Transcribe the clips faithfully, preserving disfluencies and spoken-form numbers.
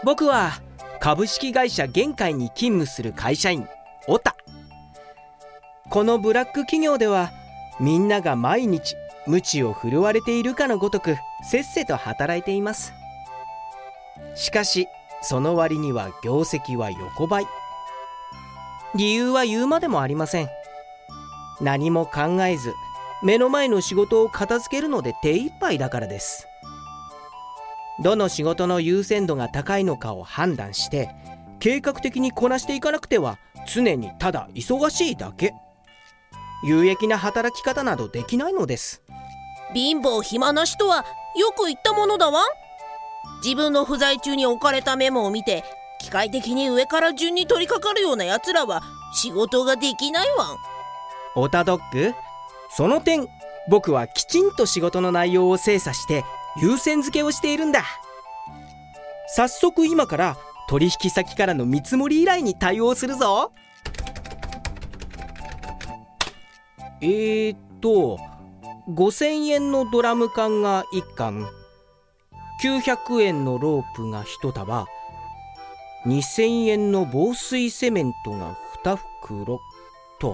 僕は株式会社玄海に勤務する会社員オタ。このブラック企業ではみんなが毎日鞭を振るわれているかのごとくせっせと働いています。しかしその割には業績は横ばい。理由は言うまでもありません。何も考えず目の前の仕事を片付けるので手一杯だからです。どの仕事の優先度が高いのかを判断して計画的にこなしていかなくては常にただ忙しいだけ。有益な働き方などできないのです。 貧乏暇な人はよく言ったものだわ。自分の不在中に置かれたメモを見て機械的に上から順に取り掛かるようなやつらは仕事ができないわ。 オタドッグ、その点僕はきちんと仕事の内容を精査して優先付けをしているんだ。早速今から取引先からの見積もり依頼に対応するぞ。えーっとごせんえんのドラム缶がいっ缶、きゅうひゃくえんのロープがいち束、にせんえんの防水セメントがに袋と。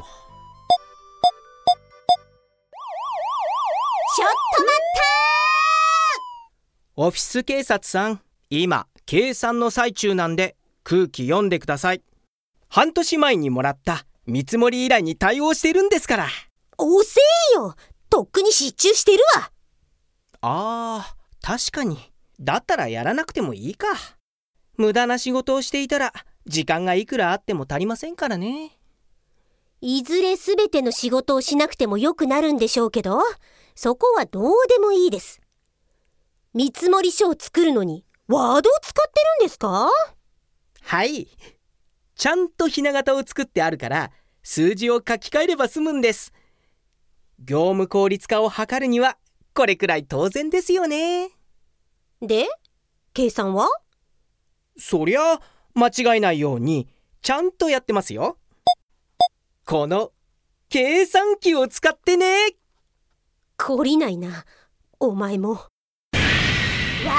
ちょっと待ったー！オフィス警察さん、今計算の最中なんで空気読んでください。半年前にもらった見積もり依頼に対応してるんですから。 遅えよ、とっくに失注してるわ。 あー、確かに。だったらやらなくてもいいか。無駄な仕事をしていたら時間がいくらあっても足りませんからね。 いずれすべての仕事をしなくてもよくなるんでしょうけど、そこはどうでもいいです。見積書を作るのにワードを使ってるんですか？ はい、ちゃんとひな形を作ってあるから数字を書き換えれば済むんです。業務効率化を図るにはこれくらい当然ですよね。 で、計算は？ そりゃ間違えないようにちゃんとやってますよ。この計算機を使ってね。 懲りないな、お前も。ワードはそうやって使うもんじゃね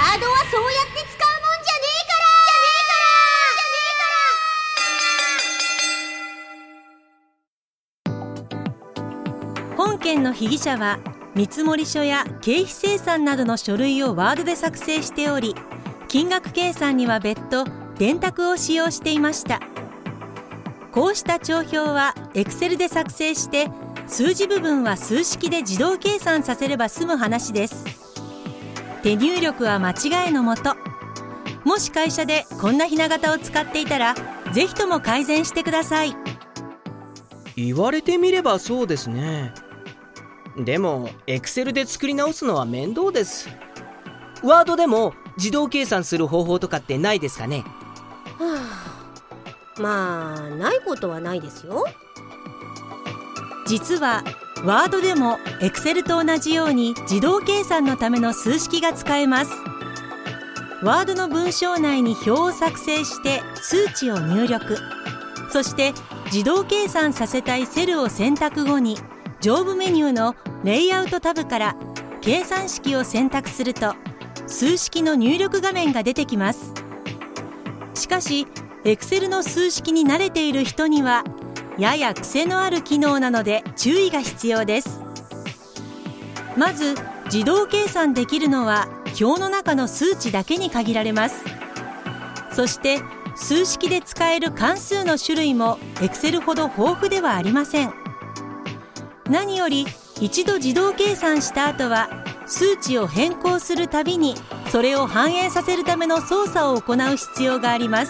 えから本件の被疑者は見積書や経費精算などの書類をワードで作成しており、金額計算には別途電卓を使用していました。こうした帳表は Excel で作成して数字部分は数式で自動計算させれば済む話です。手入力は間違いのもと。もし会社でこんなひな形を使っていたらぜひとも改善してください。 言われてみればそうですね。でも Excel で作り直すのは面倒です。ワードでも自動計算する方法とかってないですかね？ はあ、まあないことはないですよ。 実はワードでも Excel と同じように自動計算のための数式が使えます。ワードの文章内に表を作成して数値を入力、そして自動計算させたいセルを選択後に上部メニューのレイアウトタブから計算式を選択すると数式の入力画面が出てきます。しかし Excel の数式に慣れている人にはやや癖のある機能なので注意が必要です。まず自動計算できるのは表の中の数値だけに限られます。そして数式で使える関数の種類も Excel ほど豊富ではありません。何より一度自動計算した後は数値を変更するたびにそれを反映させるための操作を行う必要があります。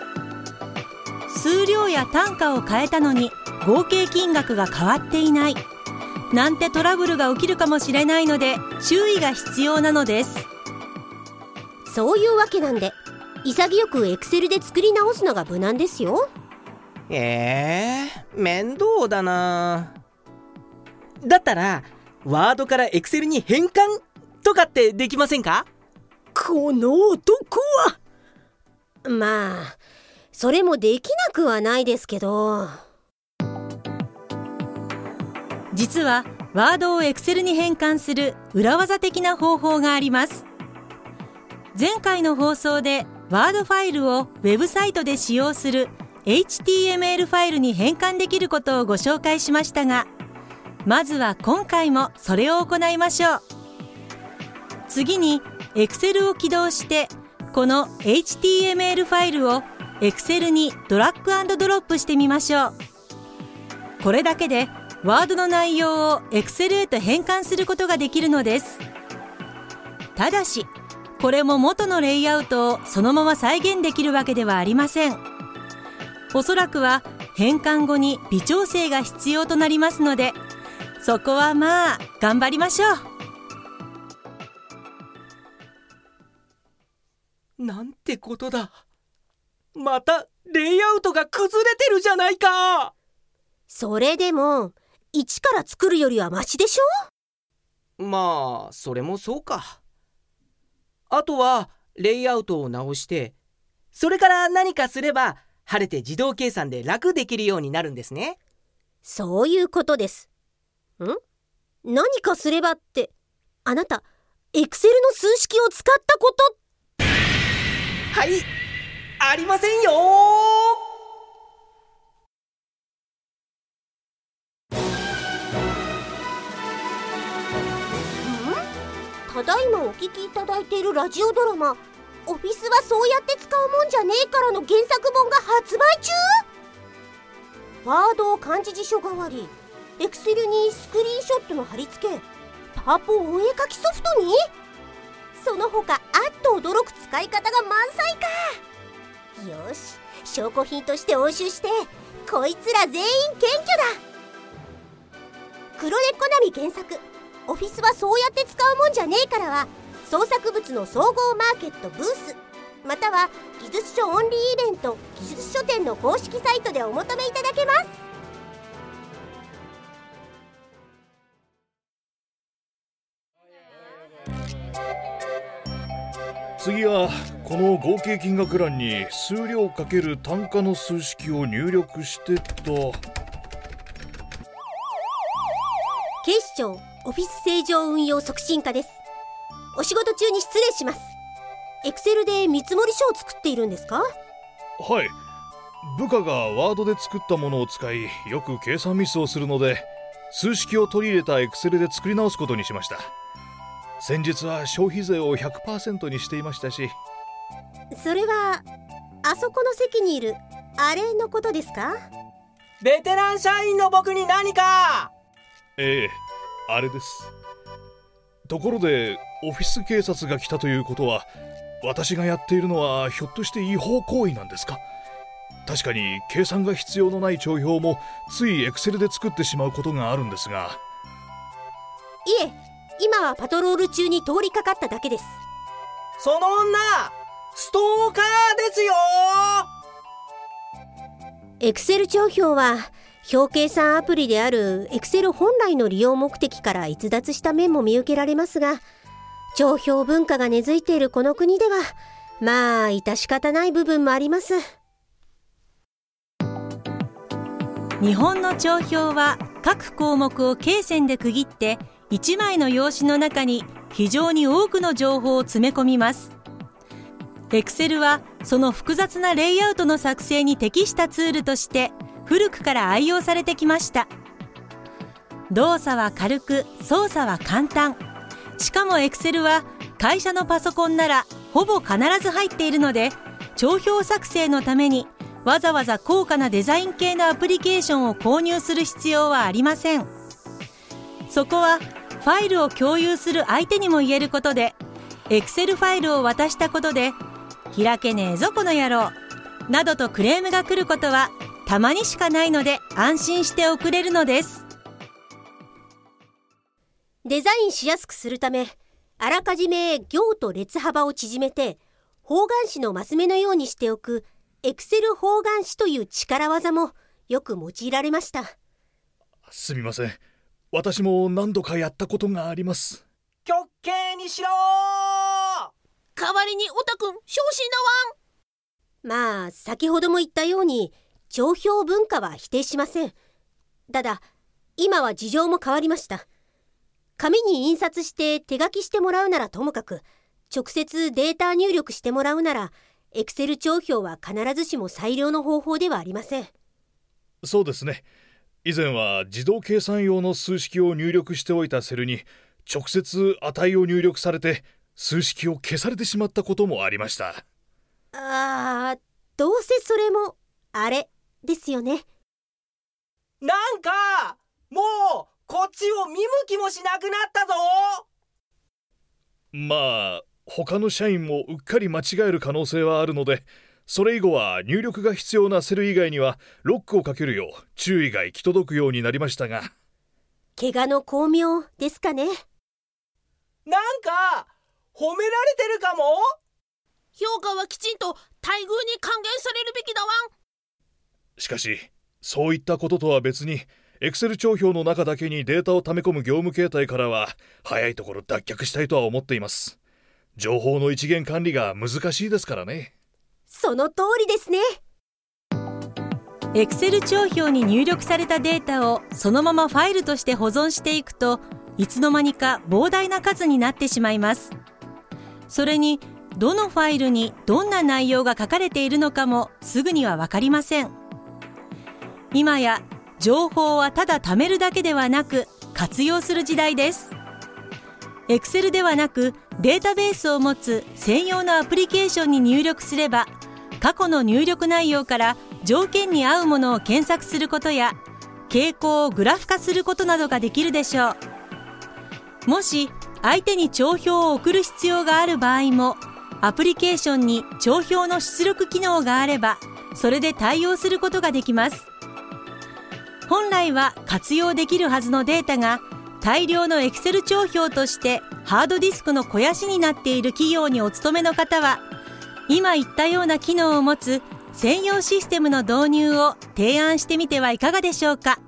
数量や単価を変えたのに合計金額が変わっていないなんてトラブルが起きるかもしれないので注意が必要なのです。 そういうわけなんで潔く Excel で作り直すのが無難ですよ。 えー、面倒だな。だったらワードから Excel に変換とかってできませんか？ この男は。まあそれもできなくはないですけど。 実はワードを Excel に変換する裏技的な方法があります。前回の放送でワードファイルをウェブサイトで使用する エイチティーエムエル ファイルに変換できることをご紹介しましたが、まずは今回もそれを行いましょう。次に Excel を起動して、この エイチティーエムエル ファイルを Excel にドラッグ&ドロップしてみましょう。これだけで Word の内容を Excel へと変換することができるのです。ただし、これも元のレイアウトをそのまま再現できるわけではありません。おそらくは変換後に微調整が必要となりますので、そこはまあ頑張りましょう。なんてことだ。またレイアウトが崩れてるじゃないか。 それでも一から作るよりはマシでしょ。まあそれもそうか。あとはレイアウトを直して、それから何かすれば晴れて自動計算で楽できるようになるんですね。 そういうことです。ん？何かすればって、あなたエクセルの数式を使ったこと？ はい、ありませんよ。 ただいまお聞きいただいているラジオドラマ「オフィスはそうやって使うもんじゃねえから」の原作本が発売中。ワードを漢字辞書代わり、エクセルにスクリーンショットの貼り付け、パワポお絵描きソフトに、その他あっと驚く使い方が満載か。よし、証拠品として押収して、こいつら全員検挙だ。黒猫ナミ原作オフィスはそうやって使うもんじゃねえからは、創作物の総合マーケットブース、または技術書オンリーイベント技術書店の公式サイトでお求めいただけます。 次はこの合計金額欄に数量×単価の数式を入力してと。 警視庁オフィス正常運用促進課です。お仕事中に失礼します。エクセルで見積書を作っているんですか？ はい、部下がワードで作ったものを使い、よく計算ミスをするので、数式を取り入れたエクセルで作り直すことにしました。先日は消費税を ひゃくパーセント にしていましたし。 それはあそこの席にいるあれのことですか？ ベテラン社員の僕に何か。 ええ、あれです。ところでオフィス警察が来たということは、私がやっているのはひょっとして違法行為なんですか？確かに計算が必要のない帳票もついエクセルで作ってしまうことがあるんですが。 いえ、今はパトロール中に通りかかっただけです。 その女ストーカーですよ。 エクセル帳票は表計算アプリであるエクセル本来の利用目的から逸脱した面も見受けられますが、帳票文化が根付いているこの国ではまあ致し方ない部分もあります。 日本の帳票は各項目を罫線で区切っていちまいの用紙の中に非常に多くの情報を詰め込みます。Excel はその複雑なレイアウトの作成に適したツールとして古くから愛用されてきました。動作は軽く、操作は簡単。しかも Excel は会社のパソコンならほぼ必ず入っているので、帳票作成のためにわざわざ高価なデザイン系のアプリケーションを購入する必要はありません。そこはファイルを共有する相手にも言えることで、Excel ファイルを渡したことで開けねえぞこの野郎などとクレームが来ることはたまにしかないので、安心して送れるのです。 デザインしやすくするため、あらかじめ行と列幅を縮めて方眼紙のマス目のようにしておくエクセル方眼紙という力技もよく用いられました。 すみません、私も何度かやったことがあります。 極刑にしろ。 代わりにオタくん昇進だわん。まあ先ほども言ったように帳票文化は否定しません。ただ今は事情も変わりました。紙に印刷して手書きしてもらうならともかく、直接データ入力してもらうならエクセル帳票は必ずしも最良の方法ではありません。 そうですね。以前は自動計算用の数式を入力しておいたセルに直接値を入力されて数式を消されてしまったこともありました。 あー、どうせそれもあれですよね。 なんかもうこっちを見向きもしなくなったぞ。 まあ他の社員もうっかり間違える可能性はあるので、それ以後は入力が必要なセル以外にはロックをかけるよう注意が行き届くようになりましたが。 怪我の巧妙ですかね。 なんか褒められてるかも。 評価はきちんと待遇に還元されるべきだわん。 しかしそういったこととは別にエクセル帳票の中だけにデータを溜め込む業務形態からは早いところ脱却したいとは思っています。情報の一元管理が難しいですからね。 その通りですね。 エクセル帳票に入力されたデータをそのままファイルとして保存していくと、いつの間にか膨大な数になってしまいます。それにどのファイルにどんな内容が書かれているのかもすぐにはわかりません。今や情報はただ貯めるだけではなく活用する時代です。Excel ではなくデータベースを持つ専用のアプリケーションに入力すれば、過去の入力内容から条件に合うものを検索することや傾向をグラフ化することなどができるでしょう。もし相手に帳票を送る必要がある場合も、アプリケーションに帳票の出力機能があればそれで対応することができます。本来は活用できるはずのデータが大量の Excel 帳票としてハードディスクの肥やしになっている企業にお勤めの方は、今言ったような機能を持つ専用システムの導入を提案してみてはいかがでしょうか。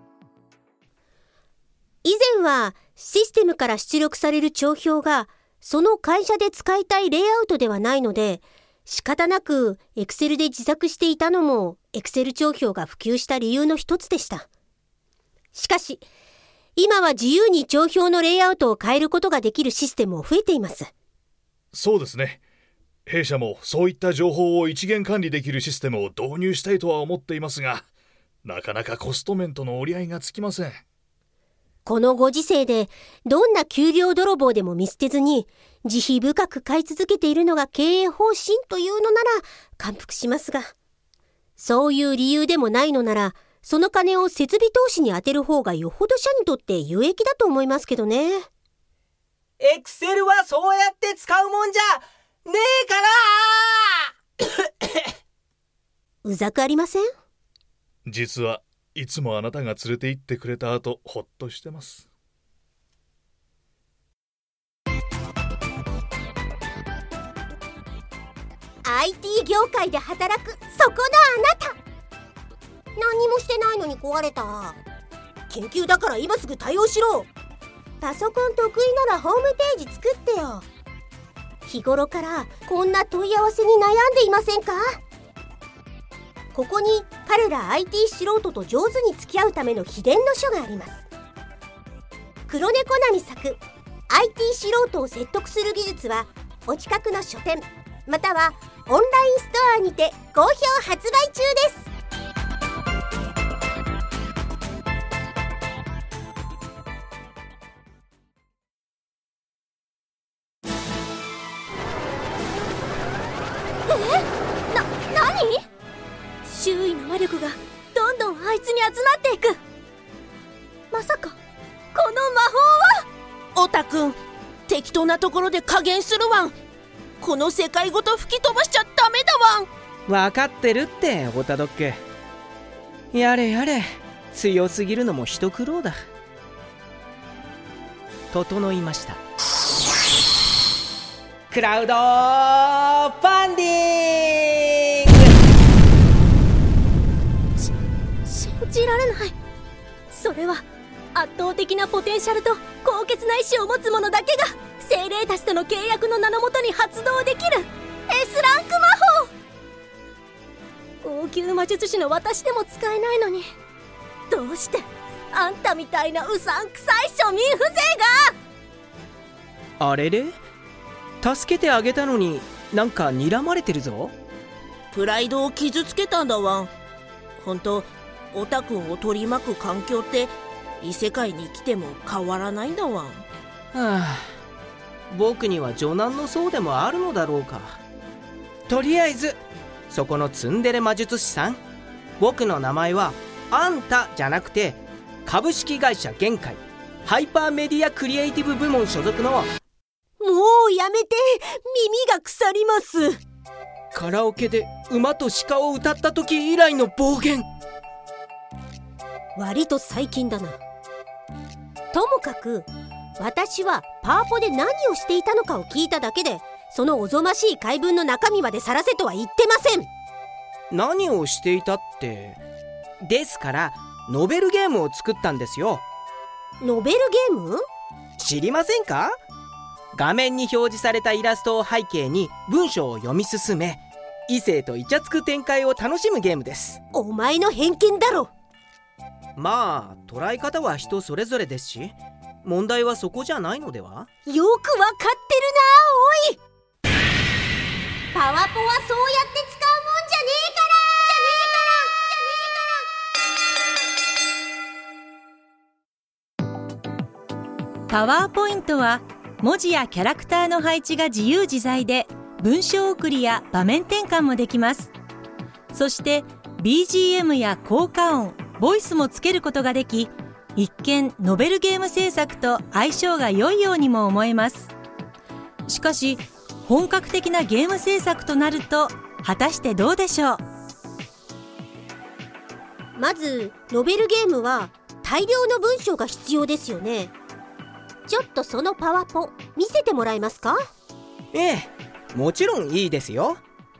以前はシステムから出力される帳票がその会社で使いたいレイアウトではないので、仕方なく Excel で自作していたのも Excel 帳票が普及した理由の一つでした。しかし今は自由に帳票のレイアウトを変えることができるシステムも増えています。 そうですね。弊社もそういった情報を一元管理できるシステムを導入したいとは思っていますが、なかなかコスト面との折り合いがつきません。 このご時世でどんな給料泥棒でも見捨てずに慈悲深く買い続けているのが経営方針というのなら感服しますが、そういう理由でもないのならその金を設備投資に充てる方がよほど社にとって有益だと思いますけどね。 エクセルはそうやって使うもんじゃねえからうざくありません？ 実はいつもあなたが連れて行ってくれた後ほっとしてます。 アイティー 業界で働くそこのあなた、何もしてないのに壊れた。研究だから今すぐ対応しろ。パソコン得意ならホームページ作ってよ。日頃からこんな問い合わせに悩んでいませんか？ここに彼ら アイティー 素人と上手に付き合うための秘伝の書があります。黒猫並作 アイティー 素人を説得する技術はお近くの書店またはオンラインストアにて好評発売中です。え？な、何？周囲の魔力がどんどんあいつに集まっていく。まさかこの魔法は？ オタくん、適当なところで加減するわん。この世界ごと吹き飛ばしちゃダメだわん。 分かってるってオタドッグ。やれやれ、強すぎるのも一苦労だ。整いました。クラウドファンディング。 し信じられない。それは圧倒的なポテンシャルと高潔な意志を持つ者だけが精霊たちとの契約の名のもとに発動できる S ランク魔法。高級魔術師の私でも使えないのに、どうしてあんたみたいなうさんくさい庶民風情が。 あれれ、助けてあげたのになんか睨まれてるぞ。 プライドを傷つけたんだわん。ほんとオタくんを取り巻く環境って異世界に来ても変わらないんだわん。はあ、僕には女難の層でもあるのだろうか。とりあえずそこのツンデレ魔術師さん、僕の名前はあんたじゃなくて、株式会社限界ハイパーメディアクリエイティブ部門所属の。 もうやめて、耳が腐ります。 カラオケで馬と鹿を歌った時以来の暴言。 割と最近だな。ともかく私はパワポで何をしていたのかを聞いただけで、そのおぞましい回文の中身まで晒せとは言ってません。 何をしていたって。ですからノベルゲームを作ったんですよ。 ノベルゲーム？ 知りませんか？画面に表示されたイラストを背景に文章を読み進め、異性とイチャつく展開を楽しむゲームです。 お前の偏見だろ。 まあ捉え方は人それぞれですし、問題はそこじゃないのでは？ よくわかってるな、おい。パワポはそうやって使うもんじゃねえからパワーポイントは文字やキャラクターの配置が自由自在で、文章送りや場面転換もできます。そして ビージーエム や効果音、ボイスもつけることができ、一見ノベルゲーム制作と相性が良いようにも思えます。しかし本格的なゲーム制作となると果たしてどうでしょう。 まずノベルゲームは大量の文章が必要ですよね。ちょっとそのパワポ見せてもらえますか？ ええ、もちろんいいですよ。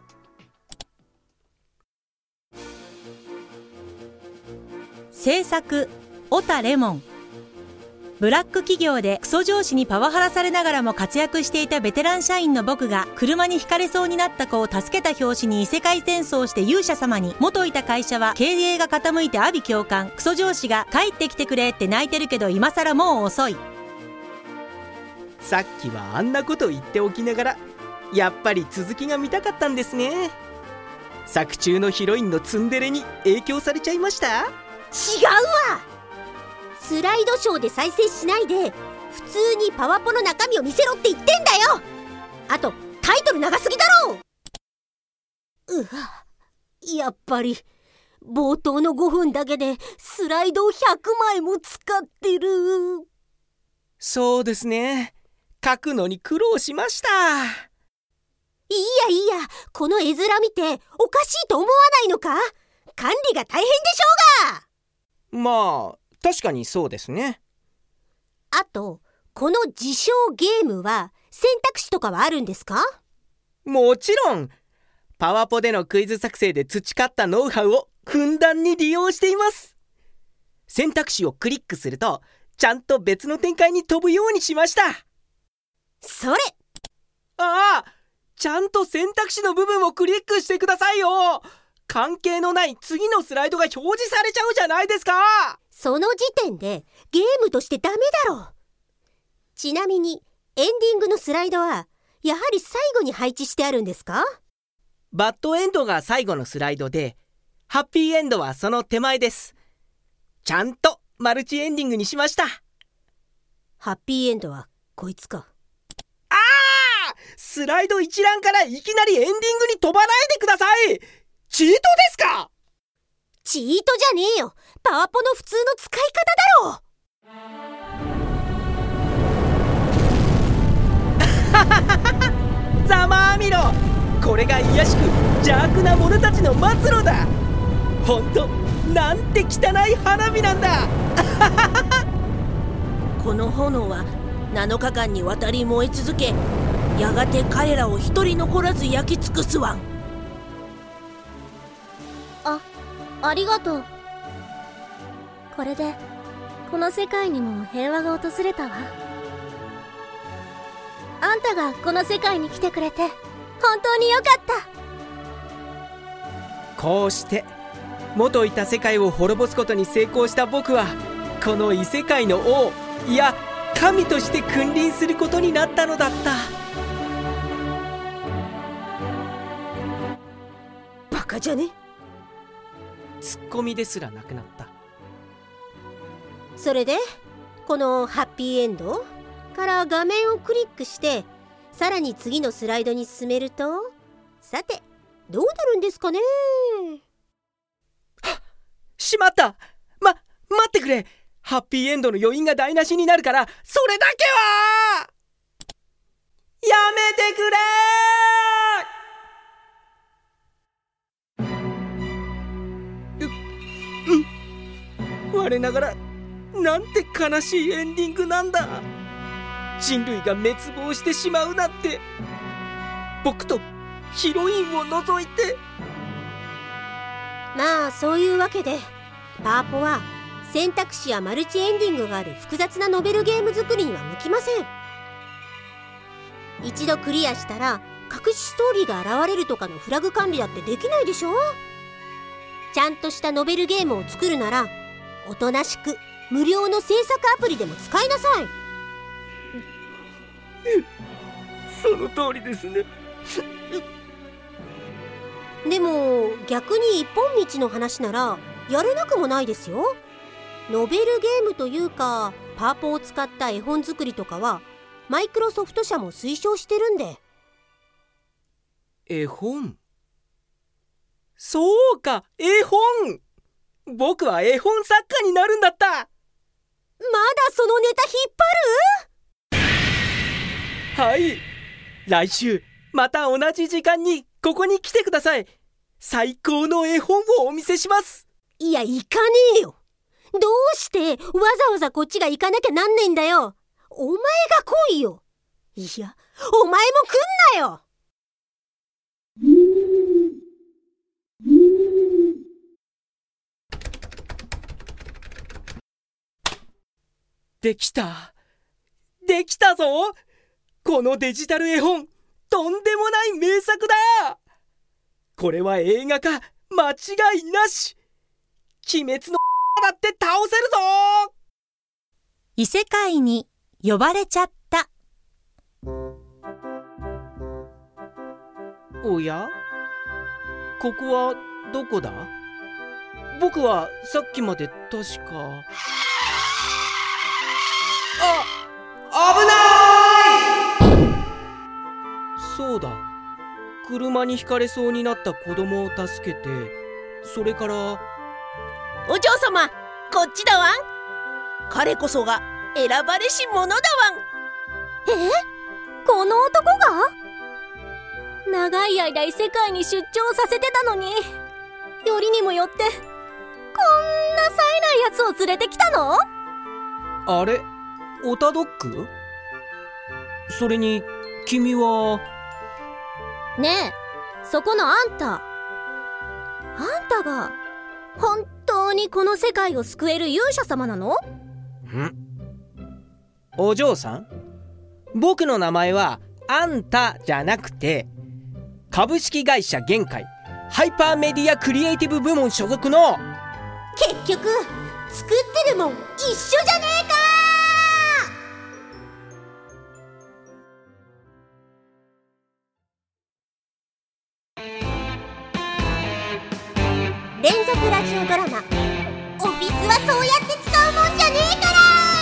制作オタレモン。ブラック企業でクソ上司にパワハラされながらも活躍していたベテラン社員の僕が、車にひかれそうになった子を助けた拍子に異世界転送して勇者様に。元いた会社は経営が傾いて阿鼻叫喚。クソ上司が帰ってきてくれって泣いてるけど、今更もう遅い。 さっきはあんなこと言っておきながら、やっぱり続きが見たかったんですね。作中のヒロインのツンデレに影響されちゃいました？ 違うわ。スライドショーで再生しないで普通にパワポの中身を見せろって言ってんだよ。あとタイトル長すぎだろう。うわ、やっぱり冒頭のごふんだけでスライドをひゃくまいも使ってる。 そうですね、書くのに苦労しました。 いいやいいや、この絵面見ておかしいと思わないのか？管理が大変でしょうが。 まあ確かにそうですね。 あとこの自称ゲームは選択肢とかはあるんですか？ もちろん。パワポでのクイズ作成で培ったノウハウをふんだんに利用しています。選択肢をクリックするとちゃんと別の展開に飛ぶようにしました。 それ、 ああ、ちゃんと選択肢の部分をクリックしてくださいよ。関係のない次のスライドが表示されちゃうじゃないですか。 その時点でゲームとしてダメだろう。ちなみにエンディングのスライドはやはり最後に配置してあるんですか？ バッドエンドが最後のスライドで、ハッピーエンドはその手前です。ちゃんとマルチエンディングにしました。 ハッピーエンドはこいつか。 ああ、スライド一覧からいきなりエンディングに飛ばないでください。チートですか？ チートじゃねえよ。パワポの普通の使い方だろう。 ざまあみろ。これが卑しく邪悪な者たちの末路だ。ほんとなんて汚い花火なんだ。 この炎はなのかかんにわたり燃え続け、やがて彼らを一人残らず焼き尽くすわん。 あ、ありがとう。これでこの世界にも平和が訪れたわ。あんたがこの世界に来てくれて本当によかった。 こうして元いた世界を滅ぼすことに成功した僕は、この異世界の王、いや神として君臨することになったのだった。 かじゃね。 ツッコミですらなくなった。 それでこのハッピーエンドから画面をクリックしてさらに次のスライドに進めると、さてどうなるんですかね。 はっ、しまった。ま、待ってくれ。ハッピーエンドの余韻が台無しになるから、それだけはやめてくれー。う、うん、我ながらなんて悲しいエンディングなんだ。人類が滅亡してしまうなんて。僕とヒロインを除いて。 まあそういうわけでパーポは選択肢やマルチエンディングがある複雑なノベルゲーム作りには向きません。一度クリアしたら隠しストーリーが現れるとかのフラグ管理だってできないでしょ。ちゃんとしたノベルゲームを作るならおとなしく無料の制作アプリでも使いなさい。 その通りですね。 でも逆に一本道の話ならやれなくもないですよ。ノベルゲームというかパーポを使った絵本作りとかはマイクロソフト社も推奨してるんで。 絵本。そうか、絵本。僕は絵本作家になるんだった。まだそのネタ引っ張る？はい、来週また同じ時間にここに来てください。最高の絵本をお見せします。 いや、行かねえよ。どうしてわざわざこっちが行かなきゃなんねえんだよ。お前が来いよ。いや、お前も来んなよ。 できた。できたぞ。このデジタル絵本、とんでもない名作だ。これは映画化間違いなし。鬼滅のだって倒せるぞ。 異世界に呼ばれちゃった。 おや？ここはどこだ？僕はさっきまで確か。あ、危ない！そうだ。車にひかれそうになった子供を助けて、それから。 お嬢様、こっちだわん。彼こそが選ばれし者だわん。 え？この男が？長い間異世界に出張させてたのに、よりにもよってこんな冴えないやつを連れてきたの？ あれ、オタドッグ？それに君は。 ねえ、そこのあんた。あんたが本当にこの世界を救える勇者様なの？ん？ お嬢さん、僕の名前はあんたじゃなくて、株式会社限界ハイパーメディアクリエイティブ部門所属の。 結局作ってるもん一緒じゃねえか。連続ラジオドラマ、オフィスはそうやって使うもんじゃねえから。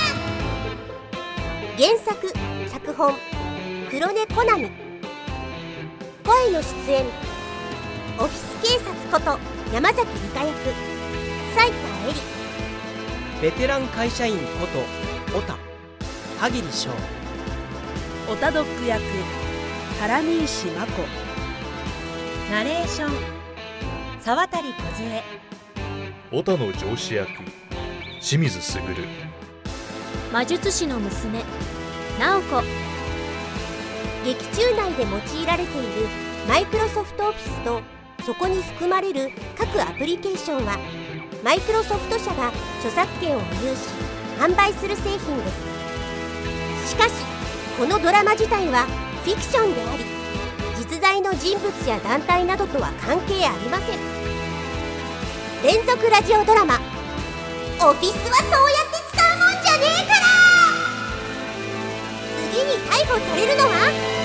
原作脚本黒根コナミ、声の出演オフィス警察こと山崎理香役斉田恵里、 ベテラン会社員ことオタ萩里翔、 オタドッグ役原西真子、ナレーション沢渡梢、 オタの上司役清水卓、 魔術師の娘直子。 劇中内で用いられているマイクロソフトオフィスとそこに含まれる各アプリケーションはマイクロソフト社が著作権を有し販売する製品です。しかしこのドラマ自体はフィクションであり、実在の人物や団体などとは関係ありません。連続ラジオドラマ、オフィスはそうやって使うもんじゃねえから。次に逮捕されるのは